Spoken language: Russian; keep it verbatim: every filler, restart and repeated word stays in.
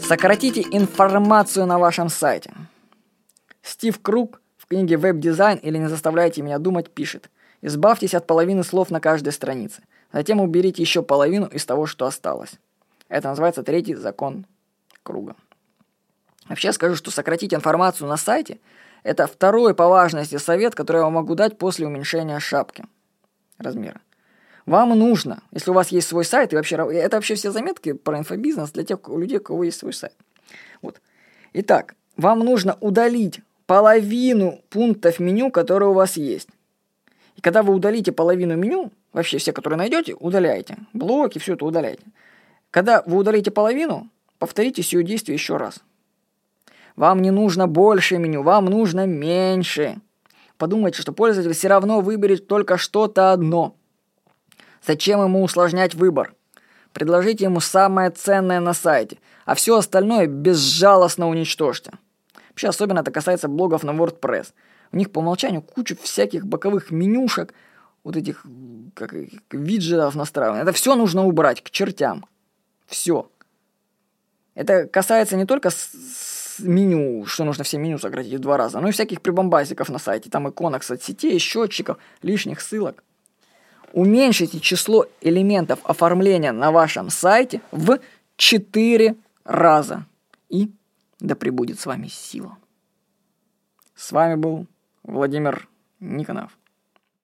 Сократите информацию на вашем сайте. Стив Круг в книге «Веб-дизайн» или «Не заставляйте меня думать» пишет: избавьтесь от половины слов на каждой странице. Затем уберите еще половину из того, что осталось. Это называется третий закон Круга. Вообще я скажу, что сократить информацию на сайте – это второй по важности совет, который я вам могу дать после уменьшения шапки размера. Вам нужно, если у вас есть свой сайт, и вообще, это вообще все заметки про инфобизнес для тех людей, у кого есть свой сайт. Вот. Итак, вам нужно удалить половину пунктов меню, которые у вас есть. И когда вы удалите половину меню, вообще все, которые найдете, удаляйте. Блоки, все это удаляйте. Когда вы удалите половину, повторите сие действие еще раз. Вам не нужно больше меню, вам нужно меньше. Подумайте, что пользователь все равно выберет только что-то одно. Зачем ему усложнять выбор? Предложите ему самое ценное на сайте, а все остальное безжалостно уничтожьте. Вообще, особенно это касается блогов на WordPress. У них по умолчанию куча всяких боковых менюшек, вот этих как, виджетов настраиваем. Это все нужно убрать к чертям. Все. Это касается не только с, с меню, что нужно все меню сократить в два раза, но и всяких прибамбасиков на сайте. Там иконок соцсетей, счетчиков, лишних ссылок. Уменьшите число элементов оформления на вашем сайте в четыре раза. И да пребудет с вами сила. С вами был Владимир Никонов.